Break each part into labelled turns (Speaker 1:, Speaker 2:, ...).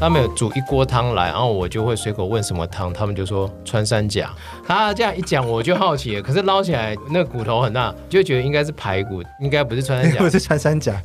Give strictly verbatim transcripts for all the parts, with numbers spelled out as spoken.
Speaker 1: 他们有煮一锅汤来，然后我就会随口问什么汤，他们就说穿山甲。他这样一讲，我就好奇了。可是捞起来那个骨头很大，就觉得应该是排骨，应该不是穿山甲。
Speaker 2: 不是穿山甲。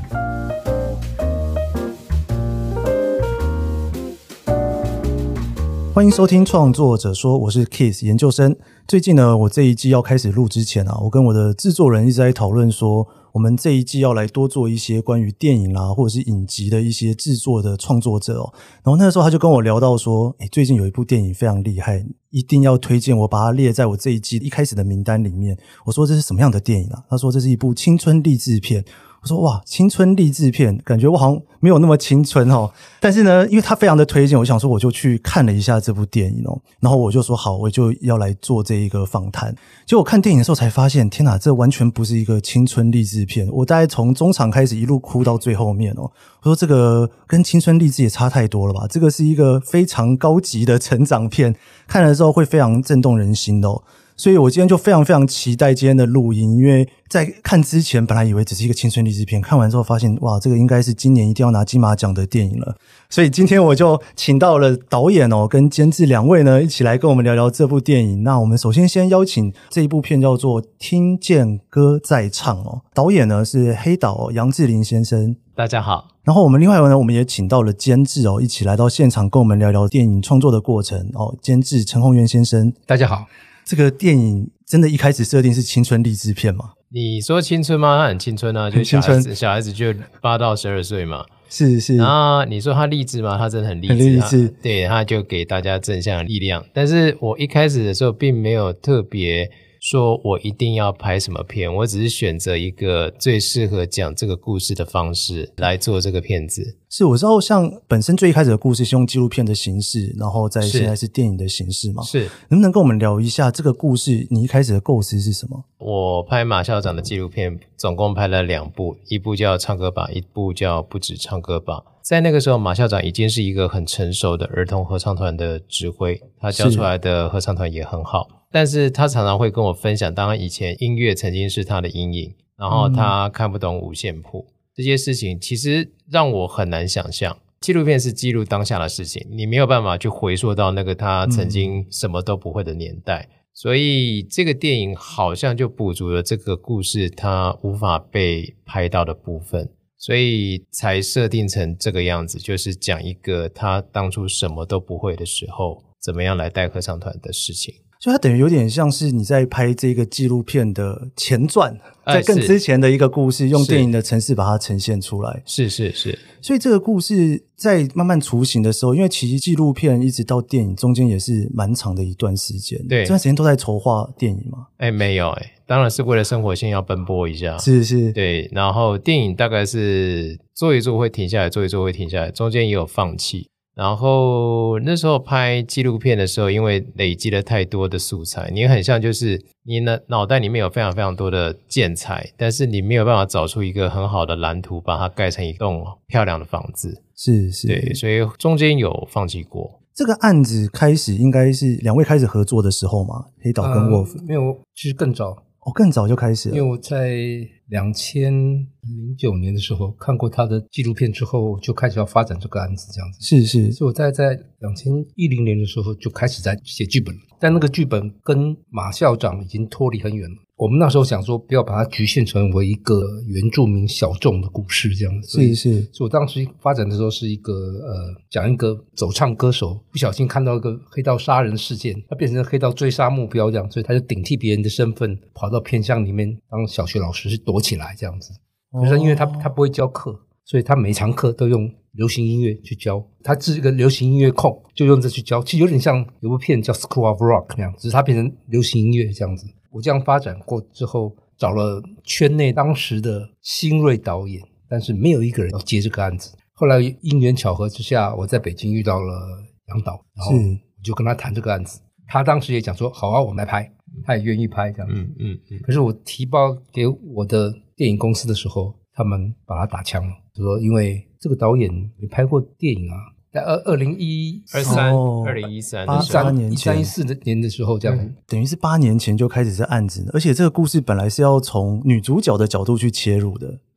Speaker 2: 欢迎收听创作者说，我是 Kiss 研究生。最近呢，我这一季要开始录之前啊，我跟我的制作人一直在讨论说，我们这一季要来多做一些关于电影啦，或者是影集的一些制作的创作者哦。然后那个时候他就跟我聊到说，诶，最近有一部电影非常厉害，一定要推荐我，把它列在我这一季一开始的名单里面。我说这是什么样的电影啊？他说这是一部青春励志片。我说哇，青春励志片，感觉我好像没有那么青春哦。但是呢，因为他非常的推荐，我想说我就去看了一下这部电影哦。然后我就说好，我就要来做这一个访谈。结果我看电影的时候才发现，天哪，这完全不是一个青春励志片。我大概从中场开始一路哭到最后面哦。我说这个跟青春励志也差太多了吧？这个是一个非常高级的成长片，看了之后会非常震动人心的哦。所以我今天就非常非常期待今天的录音，因为在看之前本来以为只是一个青春励志片，看完之后发现哇，这个应该是今年一定要拿金马奖的电影了。所以今天我就请到了导演哦跟监制两位呢，一起来跟我们聊聊这部电影。那我们首先先邀请这一部片叫做《听见歌在唱》哦，导演呢是黑岛哦杨志霖先生，
Speaker 1: 大家好。
Speaker 2: 然后我们另外呢，我们也请到了监制哦，一起来到现场跟我们聊聊电影创作的过程哦。监制陈宏源先生，
Speaker 3: 大家好。
Speaker 2: 这个电影真的一开始设定是青春励志片吗？
Speaker 1: 你说青春吗？他很青春啊，就小孩子，小孩子就八到十二岁嘛。
Speaker 2: 是是。
Speaker 1: 然后你说他励志吗？他真的很励志，
Speaker 2: 很励志。
Speaker 1: 对，他就给大家正向的力量。但是我一开始的时候并没有特别说我一定要拍什么片，我只是选择一个最适合讲这个故事的方式来做这个片子。
Speaker 2: 是，我知道像本身最一开始的故事是用纪录片的形式，然后在现在是电影的形式嘛。
Speaker 1: 是。
Speaker 2: 能不能跟我们聊一下这个故事你一开始的构思是什么？
Speaker 1: 我拍马校长的纪录片总共拍了两部，一部叫唱歌吧，一部叫不止唱歌吧。在那个时候马校长已经是一个很成熟的儿童合唱团的指挥，他教出来的合唱团也很好，但是他常常会跟我分享，当然以前音乐曾经是他的阴影，然后他看不懂五线谱、嗯、这些事情其实让我很难想象。纪录片是记录当下的事情，你没有办法去回溯到那个他曾经什么都不会的年代、嗯、所以这个电影好像就补足了这个故事他无法被拍到的部分，所以才设定成这个样子，就是讲一个他当初什么都不会的时候怎么样来带合唱团的事情。
Speaker 2: 所以它等于有点像是你在拍这个纪录片的前传，在更之前的一个故事、呃、用电影的程式把它呈现出来。
Speaker 1: 是是是。
Speaker 2: 所以这个故事在慢慢雏形的时候，因为其实纪录片一直到电影中间也是蛮长的一段时间。
Speaker 1: 对，
Speaker 2: 这段时间都在筹划电影吗？
Speaker 1: 诶没有诶当然是为了生活线要奔波一下。
Speaker 2: 是是。
Speaker 1: 对，然后电影大概是做一做会停下来，做一做会停下来，中间也有放弃。然后那时候拍纪录片的时候，因为累积了太多的素材，你很像就是你的脑袋里面有非常非常多的建材，但是你没有办法找出一个很好的蓝图把它盖成一栋漂亮的房子。
Speaker 2: 是是。
Speaker 1: 对，所以中间有放弃过。
Speaker 2: 这个案子开始应该是两位开始合作的时候嘛，黑岛跟 Wolf、
Speaker 3: 呃、没有，其实更早。
Speaker 2: 哦，更早就开始了。
Speaker 3: 因为我在两千零九年的时候看过他的纪录片之后，就开始要发展这个案子这样子。
Speaker 2: 是是。
Speaker 3: 所以我在在两千一零年的时候就开始在写剧本了，但那个剧本跟马校长已经脱离很远了。我们那时候想说不要把它局限成为一个原住民小众的故事这样子。
Speaker 2: 是是。
Speaker 3: 所以我当时发展的时候是一个呃，讲一个走唱歌手不小心看到一个黑道杀人事件，他变成黑道追杀目标这样，所以他就顶替别人的身份跑到偏乡里面当小学老师，是躲起来这样子。可是因为他他不会教课，所以他每堂课都用流行音乐去教，他是一个流行音乐控，就用这去教。其实有点像有部片叫 School of Rock 那样，只是他变成流行音乐这样子。我这样发展过之后，找了圈内当时的新锐导演，但是没有一个人要接这个案子。后来因缘巧合之下，我在北京遇到了杨导，然后我就跟他谈这个案子。他当时也讲说好啊，我们来拍，他也愿意拍这样子。
Speaker 1: 嗯嗯嗯。可
Speaker 3: 是我提报给我的电影公司的时候，他们把他打枪了，就说因为这个导演没拍过电影啊。在二零一
Speaker 1: 三二零一三
Speaker 2: 八年前
Speaker 3: 一三一四年的时候这样、嗯、
Speaker 2: 等于是八年前就开始这案子，而且这个故事本来是要从女主角的角度去切入的。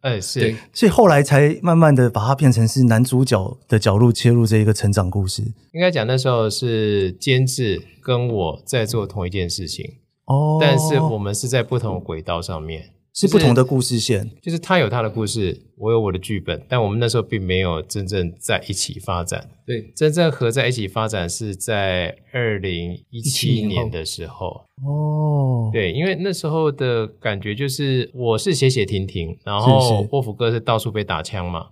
Speaker 1: 哎，是，
Speaker 2: 所以后来才慢慢的把它变成是男主角的角度切入这一个成长故事。
Speaker 1: 应该讲那时候是监制跟我在做同一件事情
Speaker 2: 哦，
Speaker 1: 但是我们是在不同的轨道上面，
Speaker 2: 是不同的故事线，
Speaker 1: 就是、就是他有他的故事，我有我的剧本，但我们那时候并没有真正在一起发展。
Speaker 3: 对，
Speaker 1: 真正合在一起发展是在二零一七年的时候。
Speaker 2: 哦，
Speaker 1: 对，因为那时候的感觉就是我是写写停停，然后沃夫哥是到处被打枪嘛。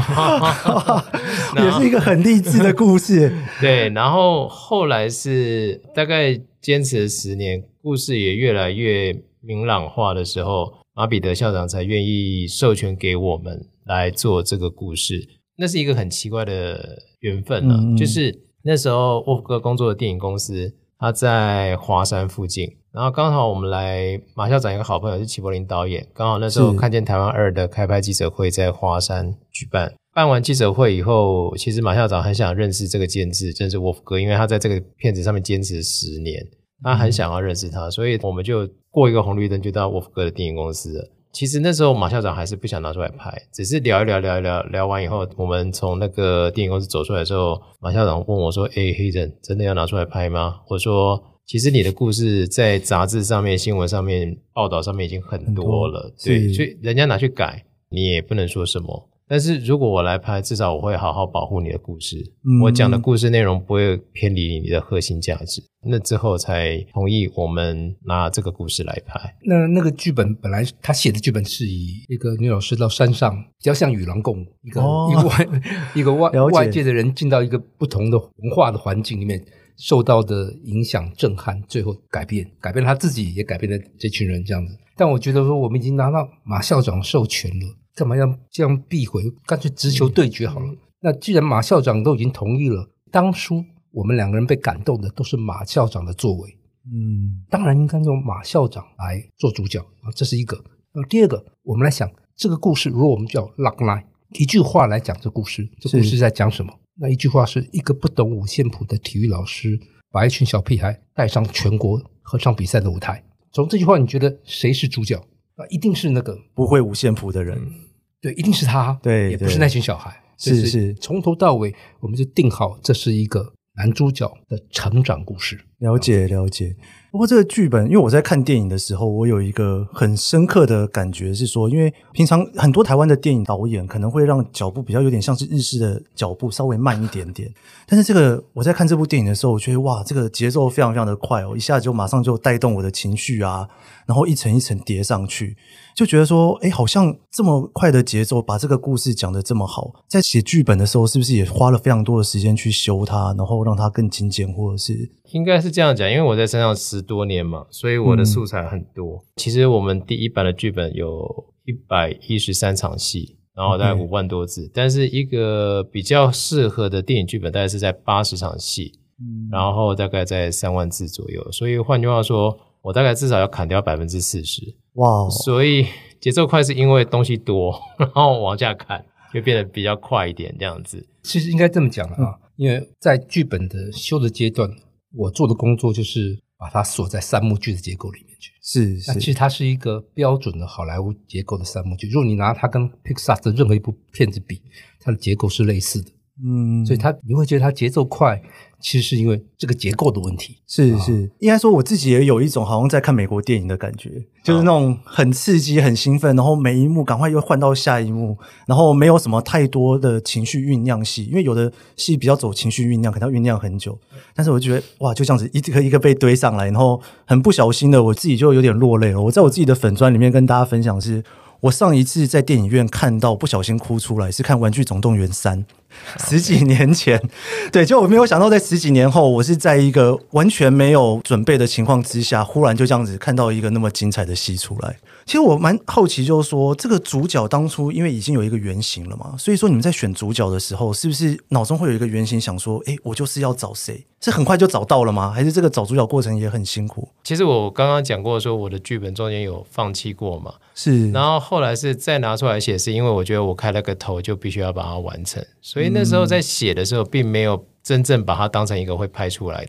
Speaker 2: 也是一个很励志的故事。
Speaker 1: 对，然后后来是大概坚持了十年，故事也越来越明朗化的时候，马彼得校长才愿意授权给我们来做这个故事。那是一个很奇怪的缘分啊，嗯、就是那时候沃夫哥工作的电影公司他在华山附近，然后刚好我们来马校长一个好朋友是齐柏林导演，刚好那时候看见台湾二的开拍记者会在华山举办，办完记者会以后，其实马校长很想认识这个监制，认识沃夫哥，因为他在这个片子上面坚持十年，他很想要认识他，所以我们就过一个红绿灯就到沃夫哥的电影公司了。其实那时候马校长还是不想拿出来拍，只是聊一聊聊一聊聊完以后，我们从那个电影公司走出来的时候，马校长问我说，诶，黑人真的要拿出来拍吗？我说其实你的故事在杂志上面新闻上面报道上面已经很多了，对，所以人家拿去改你也不能说什么，但是如果我来拍，至少我会好好保护你的故事、嗯、我讲的故事内容不会偏离你的核心价值，那之后才同意我们拿这个故事来拍。
Speaker 3: 那那个剧本本来他写的剧本是以一个女老师到山上，比较像与狼共舞，一个、哦、一个外一个 外, 外界的人进到一个不同的文化的环境里面，受到的影响震撼，最后改变改变他自己，也改变了这群人这样子。但我觉得说我们已经拿到马校长授权了，干嘛要这样避讳，干脆直球对决好了、嗯、那既然马校长都已经同意了，当初我们两个人被感动的都是马校长的作为，嗯，当然应该用马校长来做主角，这是一个。第二个，我们来想这个故事，如果我们叫 logline， 一句话来讲这故事，这故事在讲什么？那一句话是一个不懂五线谱的体育老师把一群小屁孩带上全国合唱比赛的舞台。从这句话你觉得谁是主角？啊，一定是那个
Speaker 2: 不会五线谱的人、嗯、
Speaker 3: 对，一定是他，
Speaker 2: 对，
Speaker 3: 也不是那群小孩，
Speaker 2: 是是，
Speaker 3: 从头到尾我们就定好这是一个男主角的成长故事。
Speaker 2: 了解了解。不过这个剧本，因为我在看电影的时候，我有一个很深刻的感觉是说，因为平常很多台湾的电影导演可能会让脚步比较有点像是日式的脚步，稍微慢一点点，但是这个我在看这部电影的时候，我觉得哇，这个节奏非常非常的快哦，一下就马上就带动我的情绪啊，然后一层一层叠上去，就觉得说诶，好像这么快的节奏把这个故事讲得这么好，在写剧本的时候是不是也花了非常多的时间去修它，然后让它更精简，或者是
Speaker 1: 应该是这样讲，因为我在山上十多年嘛，所以我的素材很多、嗯、其实我们第一版的剧本有一百一十三场戏，然后大概五万多字、嗯、但是一个比较适合的电影剧本大概是在八十场戏、嗯、然后大概在三万字左右，所以换句话说我大概至少要砍掉 百分之四十。 哇，所以节奏快是因为东西多，然后往下砍就变得比较快一点这样子。
Speaker 3: 其实应该这么讲了啊、嗯，因为在剧本的修的阶段，我做的工作就是把它锁在三幕剧的结构里面去。
Speaker 2: 是是，
Speaker 3: 那其实它是一个标准的好莱坞结构的三幕剧，如果你拿它跟 Pixar 的任何一部片子比，它的结构是类似的。嗯，所以它你会觉得它节奏快，其实是因为这个结构的问题。
Speaker 2: 是是、啊、应该说我自己也有一种好像在看美国电影的感觉，就是那种很刺激很兴奋，然后每一幕赶快又换到下一幕，然后没有什么太多的情绪酝酿戏，因为有的戏比较走情绪酝酿，可能要酝酿很久，但是我就觉得哇，就这样子一个一个被堆上来，然后很不小心的我自己就有点落泪了。我在我自己的粉专里面跟大家分享是，我上一次在电影院看到不小心哭出来是看《玩具总动员三》，十几年前。对，就我没有想到在十几年后，我是在一个完全没有准备的情况之下，忽然就这样子看到一个那么精彩的戏出来。其实我蛮好奇，就是说这个主角当初因为已经有一个原型了嘛，所以说你们在选主角的时候，是不是脑中会有一个原型，想说诶，我就是要找谁？是很快就找到了吗？还是这个找主角过程也很辛苦？
Speaker 1: 其实我刚刚讲过说我的剧本中间有放弃过嘛，
Speaker 2: 是，
Speaker 1: 然后后来是再拿出来写，是因为我觉得我开了个头就必须要把它完成，所以那时候在写的时候并没有真正把它当成一个会拍出来的，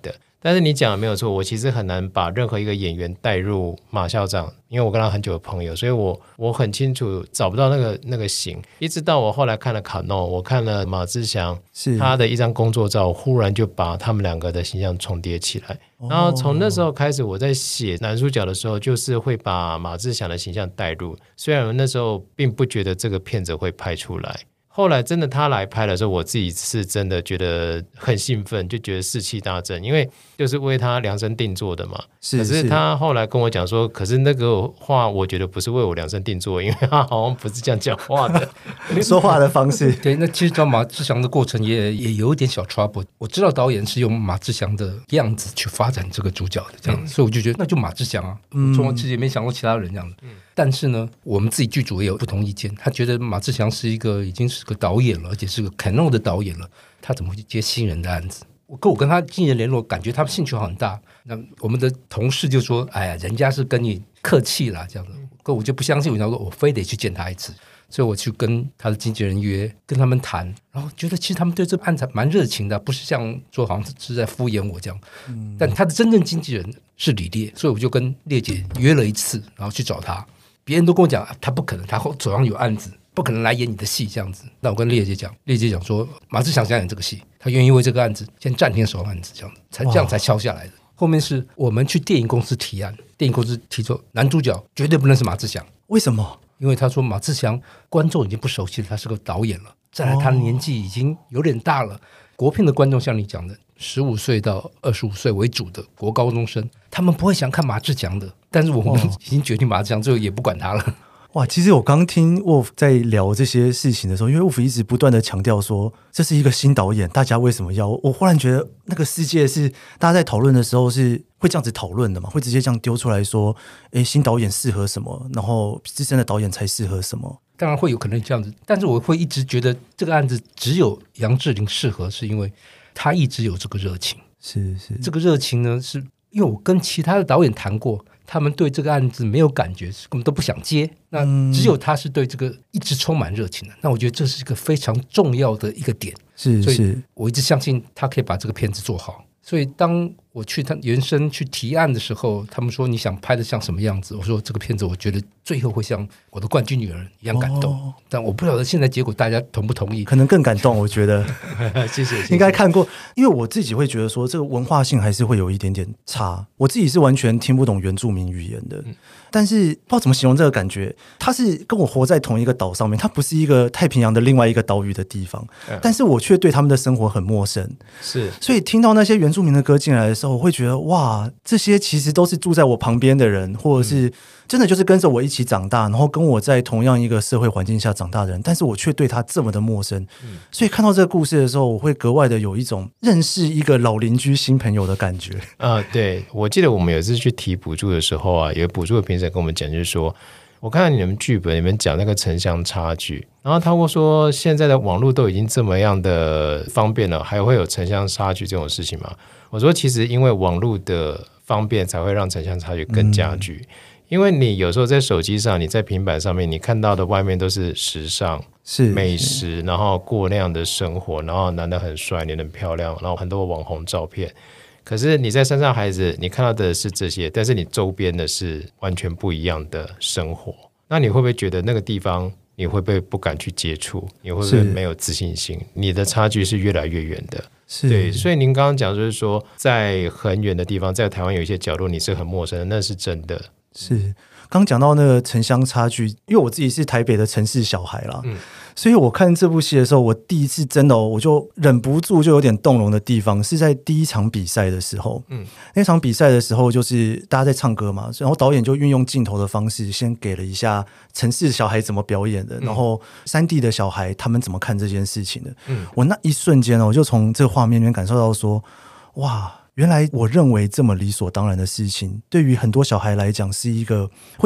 Speaker 1: 但是你讲的没有错，我其实很难把任何一个演员带入马校长，因为我跟他很久的朋友，所以我我很清楚找不到那个那个型。一直到我后来看了卡诺，我看了马志祥他的一张工作照，忽然就把他们两个的形象重叠起来。然后从那时候开始，我在写男主角的时候，就是会把马志祥的形象带入。虽然我那时候并不觉得这个片子会拍出来。后来真的他来拍的时候，我自己是真的觉得很兴奋，就觉得士气大振，因为就是为他量身定做的嘛。
Speaker 2: 是
Speaker 1: 可是他后来跟我讲说，可是那个话我觉得不是为我量身定做，因为他好像不是这样讲话的
Speaker 2: 说话的方式。
Speaker 3: 对，那其实找马志祥的过程也也有一点小 trouble。我知道导演是用马志祥的样子去发展这个主角的，这样、嗯、所以我就觉得那就马志祥啊。嗯，我其实也没想过其他人这样的。嗯，但是呢，我们自己剧组也有不同意见，他觉得马志祥是一个已经是个导演了，而且是个 Canon 的导演了，他怎么会去接新人的案子？我跟我跟他经纪人联络，感觉他们兴趣很大。那我们的同事就说：“哎呀，人家是跟你客气啦，这样的。”可我就不相信，我想说，我非得去见他一次。所以我去跟他的经纪人约，跟他们谈，然后觉得其实他们对这个案子蛮热情的，不是像说好像是在敷衍我这样。嗯，但他的真正经纪人是李烈，所以我就跟烈姐约了一次，然后去找他。别人都跟我讲，他不可能，他手上有案子，不可能来演你的戏这样子。那我跟烈姐讲，烈姐讲说，马志祥想演这个戏，他愿意为这个案子先暂停手上案子，这样子才这样才敲下来的。后面是我们去电影公司提案，电影公司提出男主角绝对不能是马志祥，
Speaker 2: 为什么？
Speaker 3: 因为他说马志祥观众已经不熟悉了，他是个导演了，再来他的年纪已经有点大了。国片的观众像你讲的十五岁到二十五岁为主的国高中生，他们不会想看马志祥的，但是我们已经决定马志祥，最后也不管他了。
Speaker 2: 哇，其实我刚听 Wolf 在聊这些事情的时候，因为 Wolf 一直不断的强调说这是一个新导演，大家为什么要？我忽然觉得那个世界是大家在讨论的时候是会这样子讨论的嘛，会直接这样丢出来说，诶，新导演适合什么，然后资深的导演才适合什么。
Speaker 3: 当然会有可能这样子，但是我会一直觉得这个案子只有杨志玲适合，是因为他一直有这个热情。
Speaker 2: 是是，
Speaker 3: 这个热情呢，是因为我跟其他的导演谈过，他们对这个案子没有感觉，根本都不想接。那只有他是对这个一直充满热情的。那我觉得这是一个非常重要的一个点。
Speaker 2: 是是，
Speaker 3: 所以我一直相信他可以把这个片子做好。所以当我去他原声去提案的时候，他们说你想拍的像什么样子？我说这个片子我觉得最后会像我的冠军女儿一样感动。哦，但我不晓得现在结果大家同不同意，
Speaker 2: 可能更感动。我觉得
Speaker 1: 谢谢，
Speaker 2: 应该看过，因为我自己会觉得说这个文化性还是会有一点点差。我自己是完全听不懂原住民语言的。嗯，但是不知道怎么形容这个感觉，它是跟我活在同一个岛上面，它不是一个太平洋的另外一个岛屿的地方。嗯，但是我却对他们的生活很陌生。
Speaker 1: 是，
Speaker 2: 所以听到那些原住民的歌进来的时候，我会觉得哇，这些其实都是住在我旁边的人，或者是真的就是跟着我一起长大，然后跟我在同样一个社会环境下长大的人，但是我却对他这么的陌生。嗯，所以看到这个故事的时候，我会格外的有一种认识一个老邻居新朋友的感觉。
Speaker 1: 啊，对，我记得我们有一次去提补助的时候啊，有补助的评审跟我们讲，就是说我看到你们剧本里面讲那个城乡差距，然后他会说现在的网络都已经这么样的方便了，还会有城乡差距这种事情吗？我说其实因为网络的方便才会让城乡差距更加剧。嗯，因为你有时候在手机上，你在平板上面，你看到的外面都是时尚、
Speaker 2: 是
Speaker 1: 美食，然后过那样的生活，然后男的很帅，女的很漂亮，然后很多网红照片。可是你在山上孩子，你看到的是这些，但是你周边的是完全不一样的生活。那你会不会觉得那个地方，你会不会不敢去接触？你会不会没有自信心？你的差距是越来越远的。对，所以您刚刚讲就是说，在很远的地方，在台湾有一些角落你是很陌生的，那是真的。
Speaker 2: 是，刚讲到那个城乡差距，因为我自己是台北的城市小孩啦，嗯，所以我看这部戏的时候，我第一次真的、哦、我就忍不住就有点动容的地方是在第一场比赛的时候。嗯，那场比赛的时候就是大家在唱歌嘛，然后导演就运用镜头的方式先给了一下城市小孩怎么表演的，嗯，然后山地的小孩他们怎么看这件事情的。嗯，我那一瞬间我就从这个画面里面感受到说，哇，原来我认为这么理所当然的事情，对于很多小孩来讲是一个会很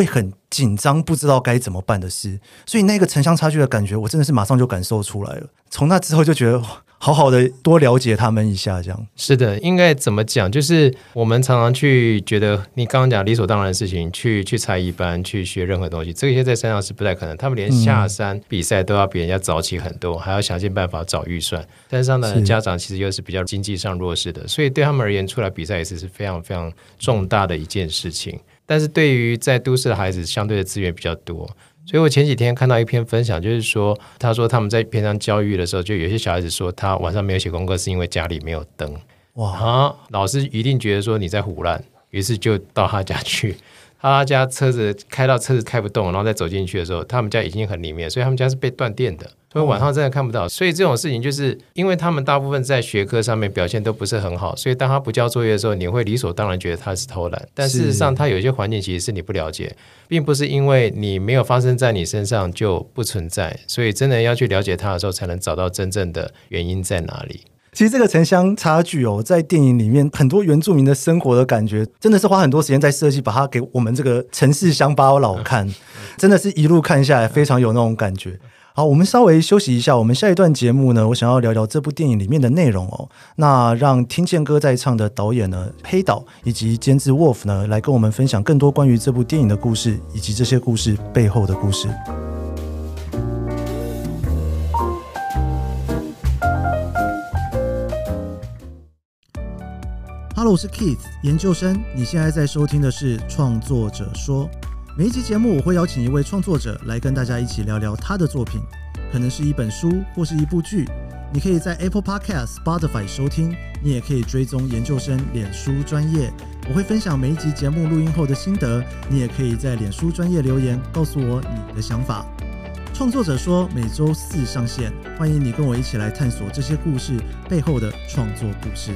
Speaker 2: 紧张不知道该怎么办的事，所以那个城乡差距的感觉我真的是马上就感受出来了。从那之后就觉得好好的多了解他们一下，这样。
Speaker 1: 是的，应该怎么讲，就是我们常常去觉得你刚刚讲理所当然的事情，去去才艺班去学任何东西，这些在山上是不太可能，他们连下山比赛都要比人家早起很多、嗯、还要想尽办法找预算，山上的家长其实又是比较经济上弱势的，所以对他们而言出来比赛也是是非常非常重大的一件事情。但是对于在都市的孩子相对的资源比较多，所以我前几天看到一篇分享，就是说他说他们在平常教育的时候，就有些小孩子说他晚上没有写功课是因为家里没有灯。哇啊！老师一定觉得说你在唬烂，于是就到他家去，他家车子开到车子开不动，然后再走进去的时候，他们家已经很里面，所以他们家是被断电的，所以晚上真的看不到。所以这种事情就是因为他们大部分在学科上面表现都不是很好，所以当他不交作业的时候，你会理所当然觉得他是偷懒，但事实上他有一些环境其实是你不了解，并不是因为你没有发生在你身上就不存在，所以真的要去了解他的时候，才能找到真正的原因在哪里。
Speaker 2: 其实这个城乡差距哦，在电影里面很多原住民的生活的感觉，真的是花很多时间在设计，把它给我们这个城市乡巴佬看，真的是一路看下来非常有那种感觉。好，我们稍微休息一下，我们下一段节目呢，我想要聊聊这部电影里面的内容哦。那让听见歌在唱的导演呢，黑岛以及监制 Wolf 呢，来跟我们分享更多关于这部电影的故事，以及这些故事背后的故事。Hello， 我是 Keith 研究生，你现在在收听的是创作者说。每一集节目我会邀请一位创作者来跟大家一起聊聊他的作品，可能是一本书或是一部剧。你可以在 Apple Podcast、Spotify 收听，你也可以追踪研究生脸书专页，我会分享每一集节目录音后的心得，你也可以在脸书专页留言告诉我你的想法。创作者说每周四上线，欢迎你跟我一起来探索这些故事背后的创作故事。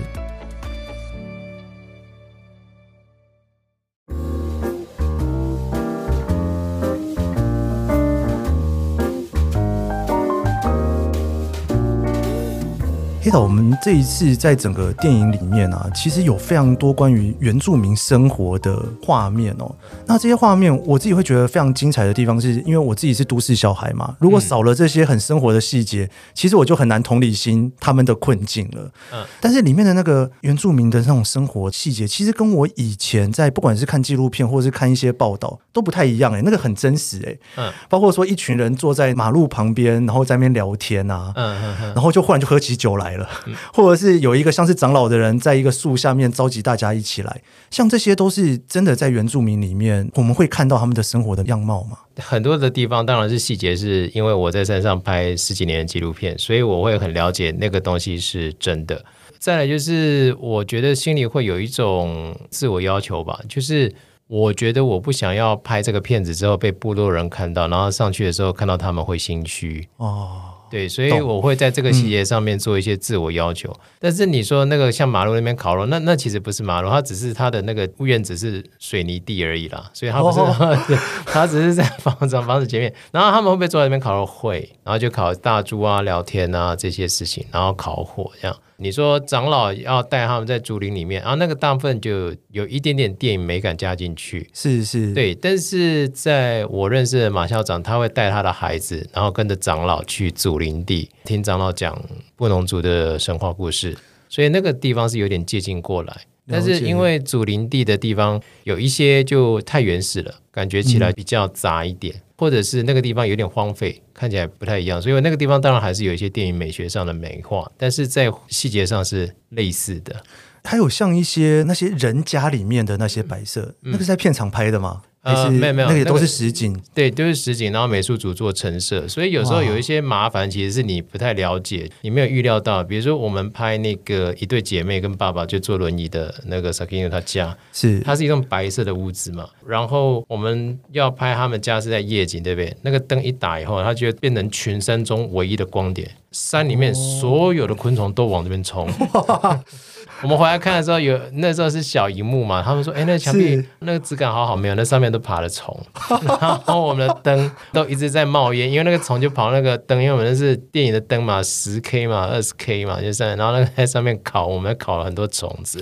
Speaker 2: 黑岛，我们这一次在整个电影里面啊，其实有非常多关于原住民生活的画面哦。那这些画面我自己会觉得非常精彩的地方是，因为我自己是都市小孩嘛，如果少了这些很生活的细节、嗯、其实我就很难同理心他们的困境了、嗯、但是里面的那个原住民的那种生活细节，其实跟我以前在不管是看纪录片或是看一些报道都不太一样耶，那个很真实耶、嗯、包括说一群人坐在马路旁边，然后在那边聊天啊、嗯嗯嗯、然后就忽然就喝起酒来了、嗯、或者是有一个像是长老的人在一个树下面召集大家一起来，像这些都是真的在原住民里面我们会看到他们的生活的样貌吗？
Speaker 1: 很多的地方当然是细节，是因为我在山上拍十几年的纪录片，所以我会很了解那个东西是真的。再来就是我觉得心里会有一种自我要求吧，就是我觉得我不想要拍这个片子之后被部落人看到，然后上去的时候看到他们会心虚哦。对，所以我会在这个细节上面做一些自我要求、嗯、但是你说那个像马路那边烤肉，那那其实不是马路，它只是它的那个院子是水泥地而已啦，所以它不是、哦、它只是在房子房子前面，然后他们会不会坐在那边烤肉？会，然后就烤大猪啊、聊天啊这些事情，然后烤火这样。你说长老要带他们在竹林里面，然后那个大部分就有一点点电影美感加进去，
Speaker 2: 是是，
Speaker 1: 对。但是在我认识的马校长，他会带他的孩子，然后跟着长老去竹林地听长老讲布农族的神话故事，所以那个地方是有点接近过来。但是因为竹林地的地方有一些就太原始了，感觉起来比较杂一点、嗯、或者是那个地方有点荒废，看起来不太一样，所以那个地方当然还是有一些电影美学上的美化，但是在细节上是类似的。
Speaker 2: 还有像一些那些人家里面的那些摆设、嗯、那个是在片场拍的吗？还是、呃、没有没有，那个都是实景、那个、
Speaker 1: 对，都是实景，然后美术组做陈设，所以有时候有一些麻烦其实是你不太了解，你没有预料到。比如说我们拍那个一对姐妹跟爸爸就坐轮椅的那个 Sakino 他家，是它是一栋白色的屋子嘛，然后我们要拍他们家是在夜景，对不对？那个灯一打以后，它就变成群山中唯一的光点，山里面所有的昆虫都往这边冲、哦我们回来看的时候有，那时候是小萤幕嘛，他们说哎，那个墙壁那个质感好好，没有，那上面都爬了虫然后我们的灯都一直在冒烟，因为那个虫就跑那个灯，因为我们那是电影的灯嘛， 十 K 嘛 二十 K 嘛，就上然后那个在上面烤，我们烤了很多虫子。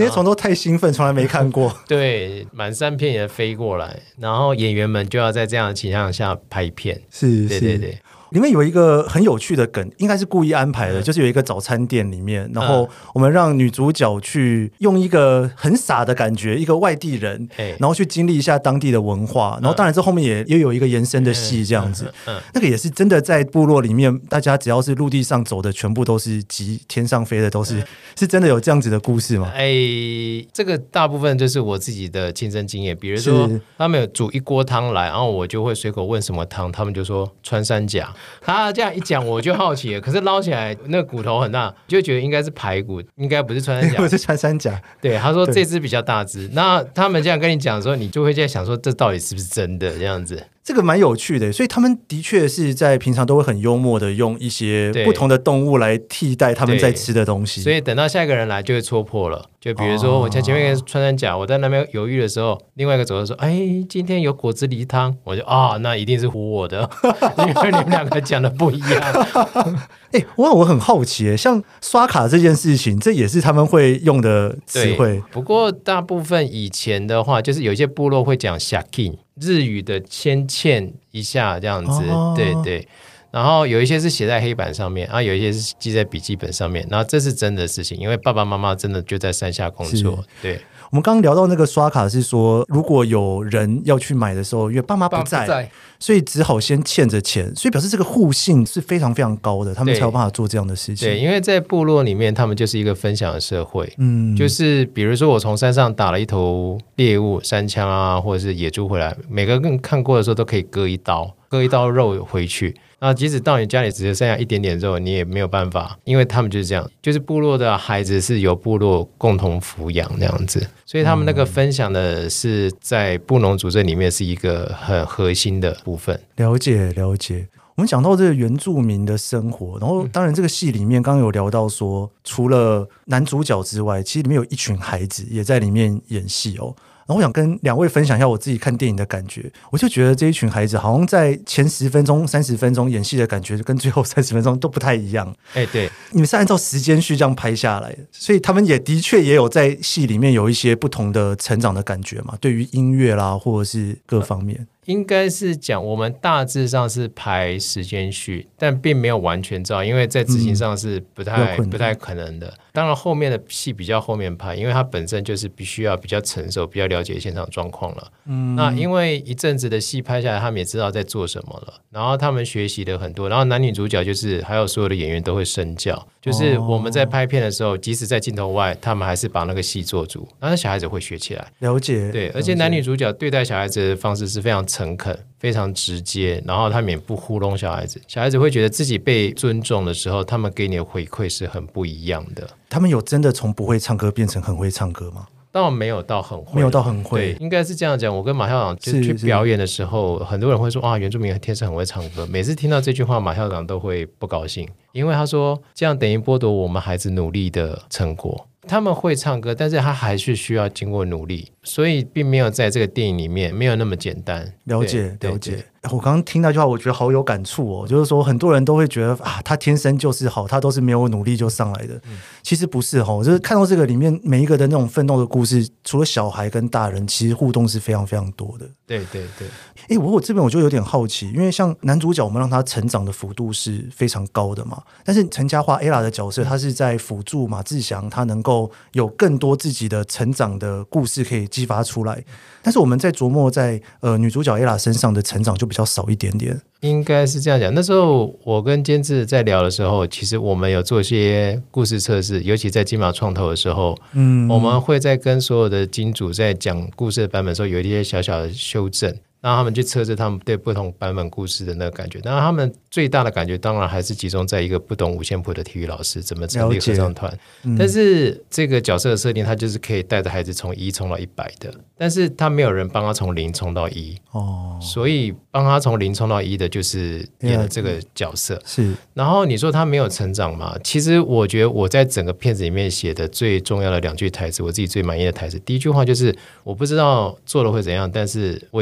Speaker 2: 那些虫都太兴奋，从来没看过。
Speaker 1: 对，满山遍野飞过来，然后演员们就要在这样的情况下拍片。
Speaker 2: 是，
Speaker 1: 对对对。
Speaker 2: 里面有一个很有趣的梗，应该是故意安排的，嗯、就是有一个早餐店里面，然后我们让女主角去用一个很傻的感觉，一个外地人，然后去经历一下当地的文化，然后当然这后面也也有一个延伸的戏这样子，嗯嗯嗯、那个也是真的在部落里面，大家只要是陆地上走的，全部都是及天上飞的，都是、嗯、是真的有这样子的故事吗？
Speaker 1: 哎，这个大部分就是我自己的亲身经验，比如说他们有煮一锅汤来，然后我就会随口问什么汤，他们就说穿山甲。他这样一讲我就好奇了，可是捞起来那个骨头很大，就觉得应该是排骨，应该不是穿山甲。
Speaker 2: 不是穿山甲。
Speaker 1: 对，他说这只比较大只。那他们这样跟你讲的时候，你就会在想说这到底是不是真的这样子。
Speaker 2: 这个蛮有趣的，所以他们的确是在平常都会很幽默的用一些不同的动物来替代他们在吃的东西，
Speaker 1: 所以等到下一个人来就会戳破了。就比如说我前面一个穿山甲，我在那边犹豫的时候，另外一个走就说：“哎，今天有果子狸汤。”我就啊，那一定是唬我的，因为你们两个讲的不一样。
Speaker 2: 哎，我我很好奇，像刷卡这件事情，这也是他们会用的词汇。
Speaker 1: 不过大部分以前的话，就是有一些部落会讲 shakin。日语的先欠一下这样子，哦、对对，然后有一些是写在黑板上面，然后有一些是记在笔记本上面，然后这是真的事情，因为爸爸妈妈真的就在山下工作。对，
Speaker 2: 我们刚刚聊到那个刷卡是说，如果有人要去买的时候，因为爸妈不在，不在所以只好先欠着钱，所以表示这个互信是非常非常高的，他们才有办法做这样的事情。
Speaker 1: 对，因为在部落里面，他们就是一个分享的社会。嗯，就是比如说我从山上打了一头猎物，山羌啊，或者是野猪回来，每个人看过的时候都可以割一刀，割一刀肉回去。那即使到你家里只剩下一点点肉，你也没有办法，因为他们就是这样，就是部落的孩子是由部落共同抚养那样子，所以他们那个分享的是在布农族这里面是一个很核心的部分。
Speaker 2: 了解了解。我们讲到这个原住民的生活，然后当然这个戏里面刚刚有聊到说，除了男主角之外，其实里面有一群孩子也在里面演戏哦。然后我想跟两位分享一下我自己看电影的感觉，我就觉得这一群孩子好像在前十分钟、三十分钟演戏的感觉跟最后三十分钟都不太一样。
Speaker 1: 哎，对，
Speaker 2: 你们是按照时间序这样拍下来的，所以他们也的确也有在戏里面有一些不同的成长的感觉嘛，对于音乐啦，或者是各方面。
Speaker 1: 应该是讲我们大致上是排时间序，但并没有完全照，因为在执行上是不太、嗯、不太可能的。当然后面的戏比较后面拍，因为它本身就是必须要比较成熟，比较了解现场状况了。嗯，那因为一阵子的戏拍下来，他们也知道在做什么了，然后他们学习了很多，然后男女主角就是还有所有的演员都会身教，就是我们在拍片的时候，即使在镜头外，他们还是把那个戏做足，然后小孩子会学起来。
Speaker 2: 了解，
Speaker 1: 对，而且男女主角对待小孩子的方式是非常诚恳，非常直接，然后他们也不糊弄小孩子，小孩子会觉得自己被尊重的时候，他们给你的回馈是很不一样的。
Speaker 2: 他们有真的从不会唱歌变成很会唱歌吗？
Speaker 1: 当然没有到很会，
Speaker 2: 没有到很会，
Speaker 1: 对，应该是这样讲。我跟马校长就是去表演的时候，很多人会说啊，原住民天生很会唱歌。每次听到这句话，马校长都会不高兴，因为他说这样等于剥夺我们孩子努力的成果。他们会唱歌，但是他还是需要经过努力，所以并没有在这个电影里面没有那么简单。
Speaker 2: 了解了解。我刚刚听那句话，我觉得好有感触哦。就是说，很多人都会觉得啊，他天生就是好，他都是没有努力就上来的。嗯、其实不是哈，就是看到这个里面每一个的那种奋斗的故事，除了小孩跟大人，其实互动是非常非常多的。
Speaker 1: 对对对。
Speaker 2: 哎，我我这边我就有点好奇，因为像男主角，我们让他成长的幅度是非常高的嘛。但是陈嘉桦 Ella 的角色，他是在辅助马志祥，他能够有更多自己的成长的故事可以激发出来。但是我们在琢磨在呃女主角 Ella 身上的成长就比较少一点点。
Speaker 1: 应该是这样讲。那时候我跟监制在聊的时候，其实我们有做一些故事测试，尤其在金马创投的时候，嗯，我们会在跟所有的金主在讲故事的版本的时候，有一些小小的修正，让他们去测试他们对不同版本故事的那个感觉。当然他们最大的感觉当然还是集中在一个不懂五线谱的体育老师怎么成立合唱团、嗯、但是这个角色的设定他就是可以带着孩子从一冲到一百的，但是他没有人帮他从零冲到一、哦、所以帮他从零冲到一的就是演了这个角色。
Speaker 2: 是，
Speaker 1: 然后你说他没有成长吗？其实我觉得我在整个片子里面写的最重要的两句台词，我自己最满意的台词，第一句话就是我不知道做了会怎样，但是我已经知道不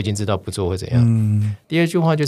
Speaker 1: 不做会怎样。嗯，第二句话就是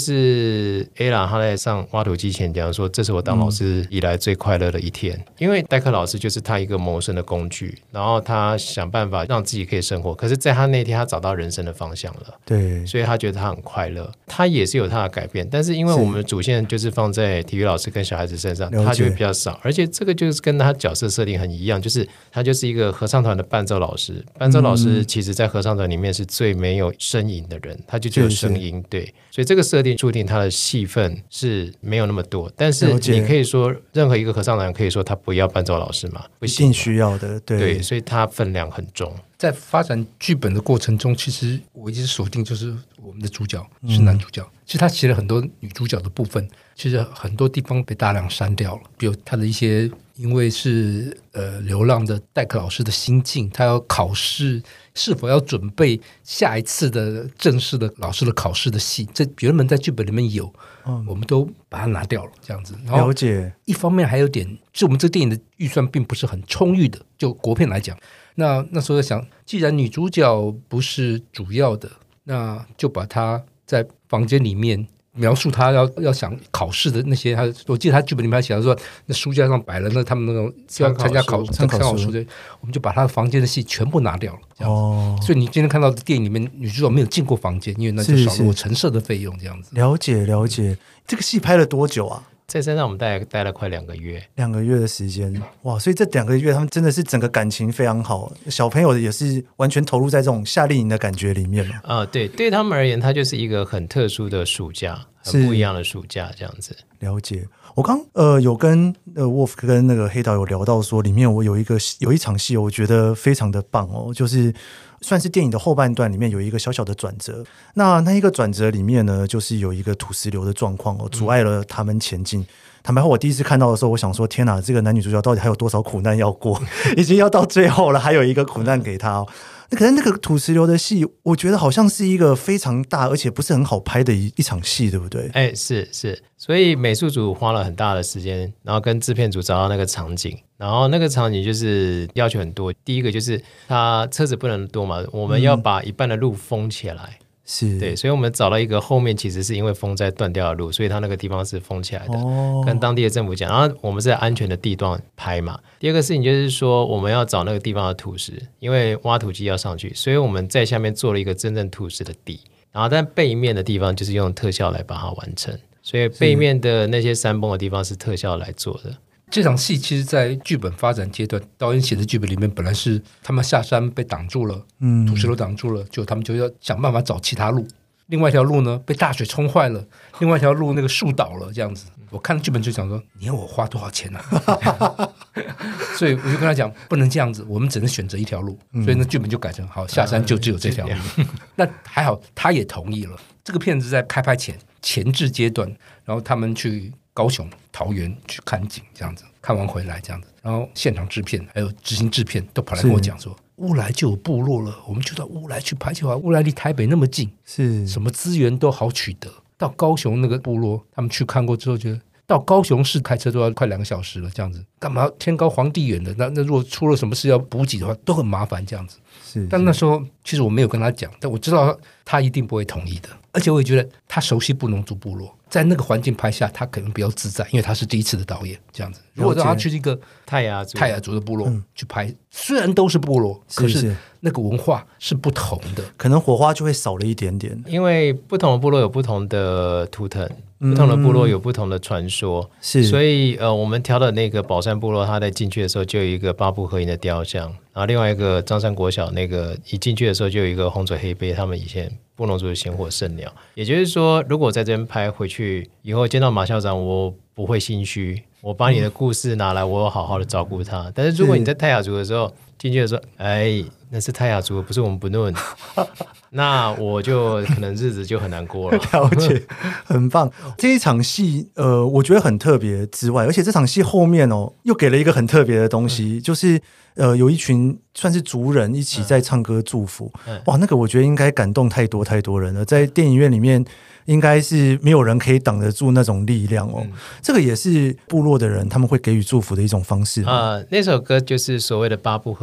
Speaker 1: Ella 她在上挖土机前讲说，这是我当老师以来最快乐的一天，嗯、因为代课老师就是他一个谋生的工具，然后他想办法让自己可以生活，可是在他那天他找到人生的方向了，
Speaker 2: 对，
Speaker 1: 所以他觉得他很快乐，他也是有他的改变，但是因为我们的主线就是放在体育老师跟小孩子身上，他就会比较少，而且这个就是跟他角色设定很一样，就是他就是一个合唱团的伴奏老师，伴奏老师其实在合唱团里面是最没有声音的人，他就只有声音，对，所以这个设定注定他的戏份是没有那么多，但是你可以说任何一个合唱团可以说他不要伴奏老师嘛，不行，
Speaker 2: 一定需要的， 对,
Speaker 1: 对，所以他分量很重。
Speaker 3: 在发展剧本的过程中，其实我一直锁定就是我们的主角是男主角、嗯、其实他写了很多女主角的部分，其实很多地方被大量删掉了，比如他的一些因为是呃流浪的代课老师的心境，他要考试是否要准备下一次的正式的老师的考试的戏，这原本在剧本里面有、嗯、我们都把它拿掉了这样子。然后
Speaker 2: 了解，一
Speaker 3: 方面还有点就我们这电影的预算并不是很充裕的，就国片来讲，那那时候在想，既然女主角不是主要的，那就把她在房间里面描述她要要想考试的那些，他我记得他剧本里面还写到说，那书架上摆了那他们那种要参加考参考书的，我们就把他的房间的戏全部拿掉了，这样子、哦、所以你今天看到的电影里面，女主角没有进过房间，因为那就少了我陈设的费用，这样子。
Speaker 2: 了解了解，这个戏拍了多久啊？
Speaker 1: 在山上我们待待了快两个月，
Speaker 2: 两个月的时间，哇！所以这两个月他们真的是整个感情非常好，小朋友也是完全投入在这种夏令营的感觉里面嘛。
Speaker 1: 啊、呃，对，对他们而言，它就是一个很特殊的暑假，很不一样的暑假，这样子。
Speaker 2: 了解。我刚呃有跟呃 Wolf 跟那个黑导有聊到说，里面我有一个有一场戏，我觉得非常的棒哦，就是算是电影的后半段里面有一个小小的转折。那那一个转折里面呢，就是有一个土石流的状况哦，阻碍了他们前进。嗯，坦白说，我第一次看到的时候，我想说：天哪，这个男女主角到底还有多少苦难要过？已经要到最后了，还有一个苦难给他哦。那可是那个土石流的戏，我觉得好像是一个非常大，而且不是很好拍的一一场戏，对不对？
Speaker 1: 哎，是是，所以美术组花了很大的时间，然后跟制片组找到那个场景，然后那个场景就是要求很多。第一个就是他车子不能多嘛，我们要把一半的路封起来。嗯，是对，所以我们找到一个后面其实是因为风灾断掉的路，所以它那个地方是封起来的，哦，跟当地的政府讲，然后我们是在安全的地段拍嘛。第二个事情就是说我们要找那个地方的土石，因为挖土机要上去，所以我们在下面做了一个真正土石的底，然后但背面的地方就是用特效来把它完成，所以背面的那些山崩的地方是特效来做的。
Speaker 3: 这场戏其实在剧本发展阶段，导演写的剧本里面本来是他们下山被挡住了，嗯，土石流挡住了，就他们就要想办法找其他路，另外一条路呢被大水冲坏了，另外一条路那个树倒了，这样子。我看剧本就想说，你要我花多少钱啊？所以我就跟他讲，不能这样子，我们只能选择一条路，所以那剧本就改成好，下山就只有这条路。嗯，那还好他也同意了。这个片子在开拍前前置阶段，然后他们去高雄桃园去看景，这样子看完回来这样子，然后现场制片还有执行制片都跑来跟我讲说，乌来就有部落了，我们就到乌来去拍就好，乌来离台北那么近，是什么资源都好取得。到高雄那个部落他们去看过之后，觉得到高雄市开车都要快两个小时了，这样子干嘛天高皇帝远的，那那如果出了什么事要补给的话都很麻烦这样子。是，但那时候其实我没有跟他讲，但我知道他一定不会同意的，而且我也觉得他熟悉布农族部落，在那个环境拍下他可能比较自在，因为他是第一次的导演这样子。如果让他去一个
Speaker 1: 泰雅族
Speaker 3: 泰雅族的部落，嗯，去拍，虽然都是部落，可是那个文化是不同的，
Speaker 2: 可能火花就会少了一点点，
Speaker 1: 因为不同的部落有不同的图腾，不同的部落有不同的传说，是，所以呃，我们挑的那个宝山部落，他在进去的时候就有一个八部合影的雕像，然后另外一个张山国小那个一进去的时候就有一个红嘴黑背，他们以前布农族的鲜活圣鸟。也就是说，如果在这边拍回去以后见到马校长，我不会心虚，我把你的故事拿来，我好好的照顾他。但是如果你在泰雅族的时候进去的时候，哎，那是泰雅族，不是我们不论，那我就可能日子就很难过了。
Speaker 2: 了解，很棒。这一场戏，呃，我觉得很特别之外，而且这场戏后面哦，又给了一个很特别的东西，嗯，就是呃，有一群算是族人一起在唱歌祝福。嗯，哇，那个我觉得应该感动太多太多人了，在电影院里面应该是没有人可以挡得住那种力量哦。嗯，这个也是部落的人他们会给予祝福的一种方式。
Speaker 1: 呃，那首歌就是所谓的八部合音。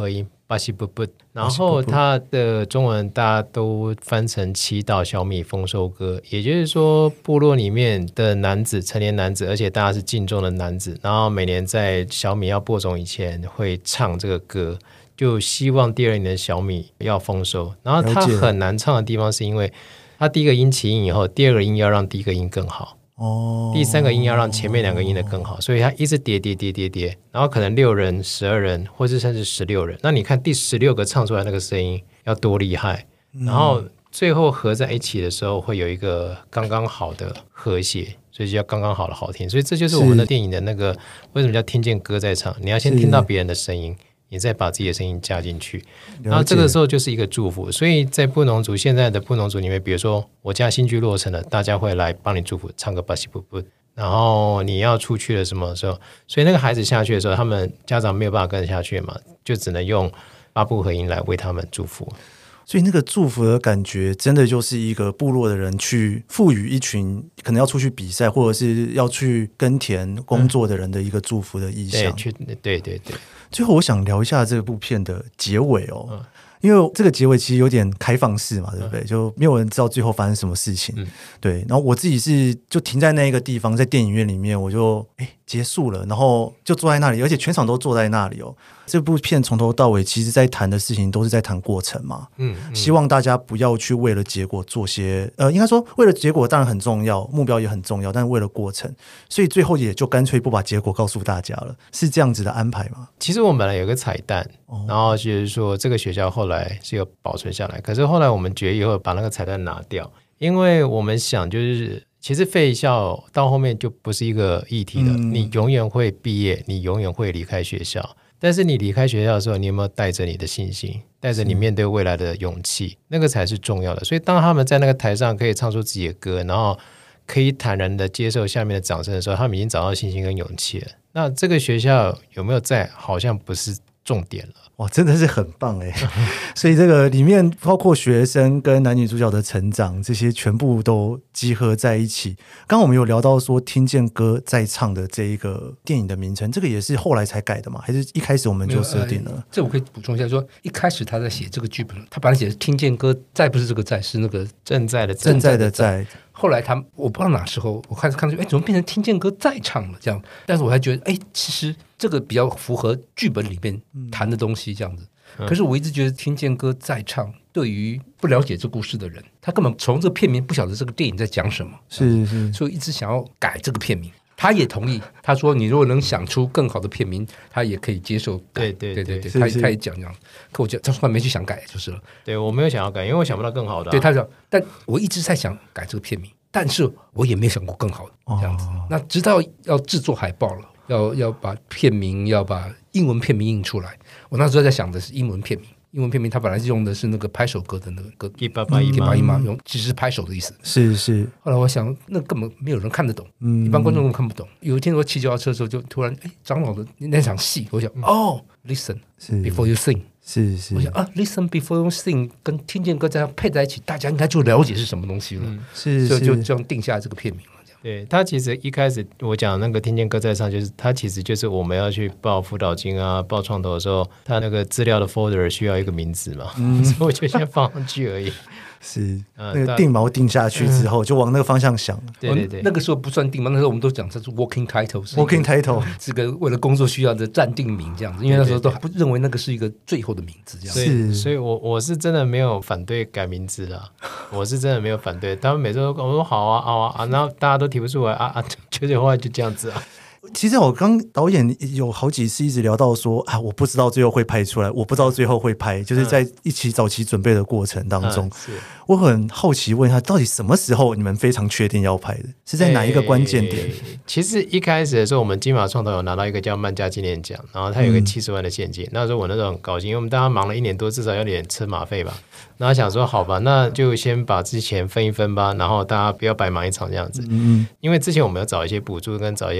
Speaker 1: 巴西布布，然后它的中文大家都翻成祈祷小米丰收歌，也就是说部落里面的男子，成年男子，而且大家是敬重的男子，然后每年在小米要播种以前会唱这个歌，就希望第二年的小米要丰收。然后它很难唱的地方是因为它第一个音起音以后，第二个音要让第一个音更好。哦，第三个音要让前面两个音的更好，所以它一直叠叠叠叠叠，然后可能六人、十二人，或是甚至十六人。那你看第十六个唱出来那个声音要多厉害，嗯、然后最后合在一起的时候会有一个刚刚好的和谐，所以就叫刚刚好的好听。所以这就是我们的电影的那个为什么叫听见歌在唱，你要先听到别人的声音，你再把自己的声音加进去，然后这个时候就是一个祝福。所以在布农族现在的布农族里面，比如说我家新居落成了，大家会来帮你祝福，唱个巴西布布，然后你要出去了什么时候，所以那个孩子下去的时候，他们家长没有办法跟下去嘛，就只能用八部合音来为他们祝福。
Speaker 2: 所以那个祝福的感觉真的就是一个部落的人去赋予一群可能要出去比赛或者是要去耕田工作的人的一个祝福的意象、
Speaker 1: 嗯、对对对。
Speaker 2: 最后我想聊一下这部片的结尾哦、嗯，因为这个结尾其实有点开放式嘛，对不对？嗯、就没有人知道最后发生什么事情、嗯、对。然后我自己是就停在那一个地方，在电影院里面我就哎结束了，然后就坐在那里，而且全场都坐在那里哦。这部片从头到尾其实在谈的事情都是在谈过程嘛，嗯，嗯希望大家不要去为了结果做些呃，应该说为了结果当然很重要，目标也很重要，但是为了过程，所以最后也就干脆不把结果告诉大家了，是这样子的安排吗？
Speaker 1: 其实我们本来有个彩蛋、哦、然后就是说这个学校后来是有保存下来，可是后来我们决议以后把那个彩蛋拿掉，因为我们想就是其实废校到后面就不是一个议题了、嗯、你永远会毕业，你永远会离开学校，但是你离开学校的时候，你有没有带着你的信心，带着你面对未来的勇气，那个才是重要的。所以当他们在那个台上可以唱出自己的歌，然后可以坦然的接受下面的掌声的时候，他们已经找到信心跟勇气了。那这个学校有没有在，好像不是重点了。
Speaker 2: 哇，真的是很棒哎！所以这个里面包括学生跟男女主角的成长，这些全部都集合在一起。刚刚我们有聊到说听见歌在唱的这一个电影的名称，这个也是后来才改的吗？还是一开始我们就设定了、呃、
Speaker 3: 这我可以补充一下，说一开始他在写这个剧本，他本来写的听见歌在，不是这个在，是那个
Speaker 1: 正在的
Speaker 2: 正在的在。
Speaker 3: 后来他我不知道哪时候我开始看出，哎，怎么变成听见歌在唱了这样？但是我还觉得，哎，其实这个比较符合剧本里面谈的东西这样子。嗯、可是我一直觉得听见歌在唱，对于不了解这故事的人，他根本从这个片名不晓得这个电影在讲什么，
Speaker 2: 是是，
Speaker 3: 所以一直想要改这个片名。他也同意，他说你如果能想出更好的片名，他也可以接受。
Speaker 1: 对对
Speaker 3: 对对对，他他也讲这样，可我觉得他从来没去想改就是了。
Speaker 1: 对，我没有想要改，因为我想不到更好的、啊。
Speaker 3: 对，他讲，但我一直在想改这个片名，但是我也没有想过更好的这样子。哦、那直到要制作海报了，要要把片名要把英文片名印出来，我那时候在想的是英文片名。英文片名他本来是用的是那个拍手歌的那个歌，
Speaker 1: 一八八一
Speaker 3: 嘛，用其实是拍手的意思。
Speaker 2: 是是。
Speaker 3: 后来我想，那根本没有人看得懂，嗯、一般观众都看不懂。有一天我骑脚踏车的时候，就突然，哎，长老的那场戏，我想，嗯、哦 ，listen before you sing，
Speaker 2: 是是。
Speaker 3: 我想啊 ，listen before you sing 跟听见歌这样配在一起，大家应该就了解是什么东西了。嗯、
Speaker 2: 是是，
Speaker 3: 所以就这样定下这个片名了。
Speaker 1: 对，他其实一开始我讲那个听见歌在唱，就是他其实就是我们要去报辅导金啊、报创投的时候，他那个资料的 folder 需要一个名字嘛，嗯、所以我就先放上去而已。
Speaker 2: 是、呃、那个定锚定下去之后，嗯、就往那个方向想。
Speaker 1: 对对对，
Speaker 3: 那个时候不算定锚，那时候我们都讲这是 working title，working
Speaker 2: title
Speaker 3: 是个为了工作需要的暂定名这样子，因为那时候都不认为那个是一个最后的名字这样子。
Speaker 1: 是，所以我我是真的没有反对改名字的，我是真的没有反对。他们每次都我说好啊好啊啊，然后大家都提不出来啊啊，结果后来就这样子啊。
Speaker 2: 其实我刚导演有好几次一直聊到说啊，我不知道最后会拍出来，我不知道最后会拍，就是在一起早期准备的过程当中，嗯、我很好奇问他，到底什么时候你们非常确定要拍的？是在哪一个关键点？
Speaker 1: 欸、其实一开始的时候，我们金马创投有拿到一个叫漫家纪念奖，然后他有个七十万的现金。嗯、那时候我那时候很高兴，因为我们大家忙了一年多，至少要点车马费吧。然后想说好吧，那就先把之前分一分吧，然后大家不要白忙一场这样子。嗯，因为之前我们有找一些补助跟找一些都没有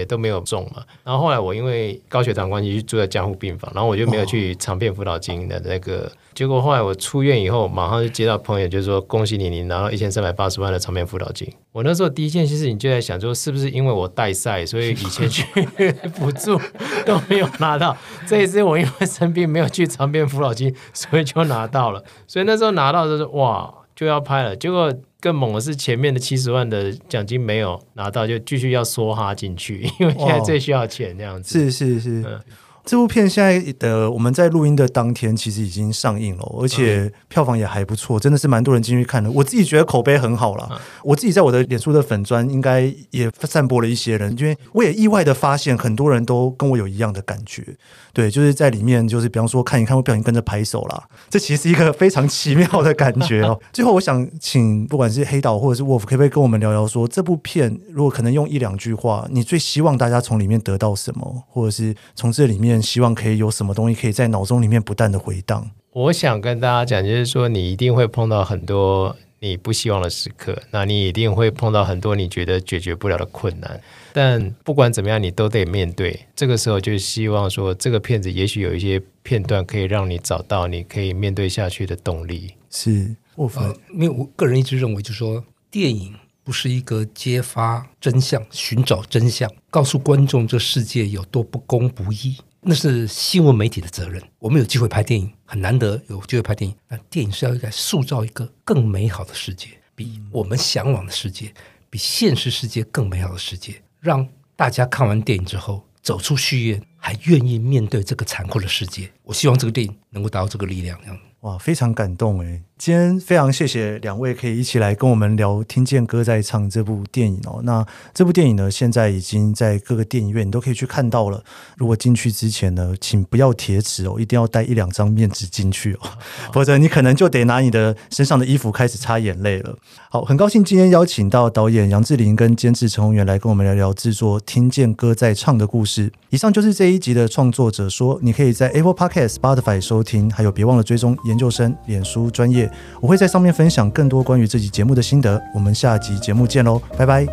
Speaker 1: 重嘛。然后后来我因为高血糖关系去住在加护病房，然后我就没有去长片辅导金的那个。结果后来我出院以后，马上就接到朋友就说恭喜你，你拿到一千三百八十万的长片辅导金。我那时候第一件事情就在想说，是不是因为我带赛，所以以前去补助都没有拿到，这一次我因为生病没有去长片辅导金，所以就拿到了。所以那时候拿到就是哇就要拍了，结果更猛的是前面的七十万的奖金没有拿到，就继续要梭哈进去，因为现在最需要钱这样子。
Speaker 2: 是是是。嗯，这部片现在的我们在录音的当天其实已经上映了，而且票房也还不错，真的是蛮多人进去看的。我自己觉得口碑很好啦、嗯、我自己在我的脸书的粉专应该也散播了一些人，因为我也意外的发现很多人都跟我有一样的感觉。对，就是在里面就是比方说看一看会不小心跟着拍手啦，这其实是一个非常奇妙的感觉哦。最后我想请不管是黑岛或者是 Wolf 可不可以跟我们聊聊说，这部片如果可能用一两句话，你最希望大家从里面得到什么，或者是从这里面希望可以有什么东西可以在脑中里面不断的回荡？
Speaker 1: 我想跟大家讲就是说，你一定会碰到很多你不希望的时刻，那你一定会碰到很多你觉得解决不了的困难，但不管怎么样你都得面对。这个时候就希望说这个片子也许有一些片段可以让你找到你可以面对下去的动力。
Speaker 2: 是我、
Speaker 3: 呃、因为我个人一直认为就是说，电影不是一个揭发真相寻找真相告诉观众这世界有多不公不义，那是新闻媒体的责任。我们有机会拍电影，很难得有机会拍电影，那电影是要来塑造一个更美好的世界，比我们向往的世界，比现实世界更美好的世界，让大家看完电影之后走出戏院还愿意面对这个残酷的世界。我希望这个电影能够达到这个力量。
Speaker 2: 哇，非常感动耶。今天非常谢谢两位可以一起来跟我们聊听见歌在唱这部电影哦。那这部电影呢，现在已经在各个电影院你都可以去看到了。如果进去之前呢，请不要铁齿哦，一定要带一两张面纸进去哦，否则你可能就得拿你的身上的衣服开始擦眼泪了。好，很高兴今天邀请到导演杨智麟跟监制陈宏元来跟我们聊聊制作听见歌在唱的故事。以上就是这一集的创作者说，你可以在 Apple Podcast、Spotify 收听，还有别忘了追踪研究生脸书专页，我会在上面分享更多关于这集节目的心得。我们下集节目见咯，拜拜。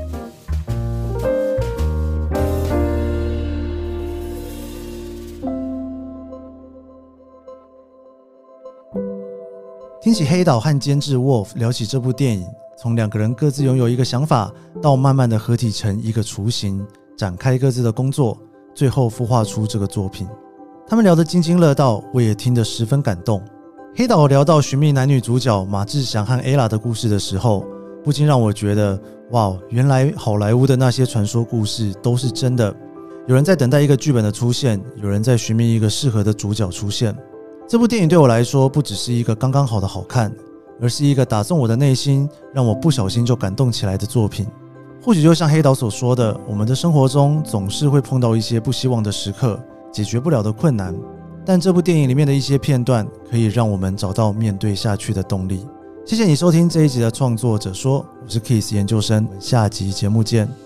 Speaker 2: 听起黑岛和监制 Wolf 聊起这部电影，从两个人各自拥有一个想法，到慢慢的合体成一个雏形，展开各自的工作，最后孵化出这个作品。他们聊得津津乐道，我也听得十分感动。黑岛聊到寻觅男女主角马志祥和 Ella 的故事的时候，不禁让我觉得，哇，原来好莱坞的那些传说故事都是真的。有人在等待一个剧本的出现，有人在寻觅一个适合的主角出现。这部电影对我来说，不只是一个刚刚好的好看，而是一个打中我的内心，让我不小心就感动起来的作品。或许就像黑岛所说的，我们的生活中总是会碰到一些不希望的时刻，解决不了的困难，但这部电影里面的一些片段可以让我们找到面对下去的动力。谢谢你收听这一集的创作者说，我是 Keith 研究生，下集节目见。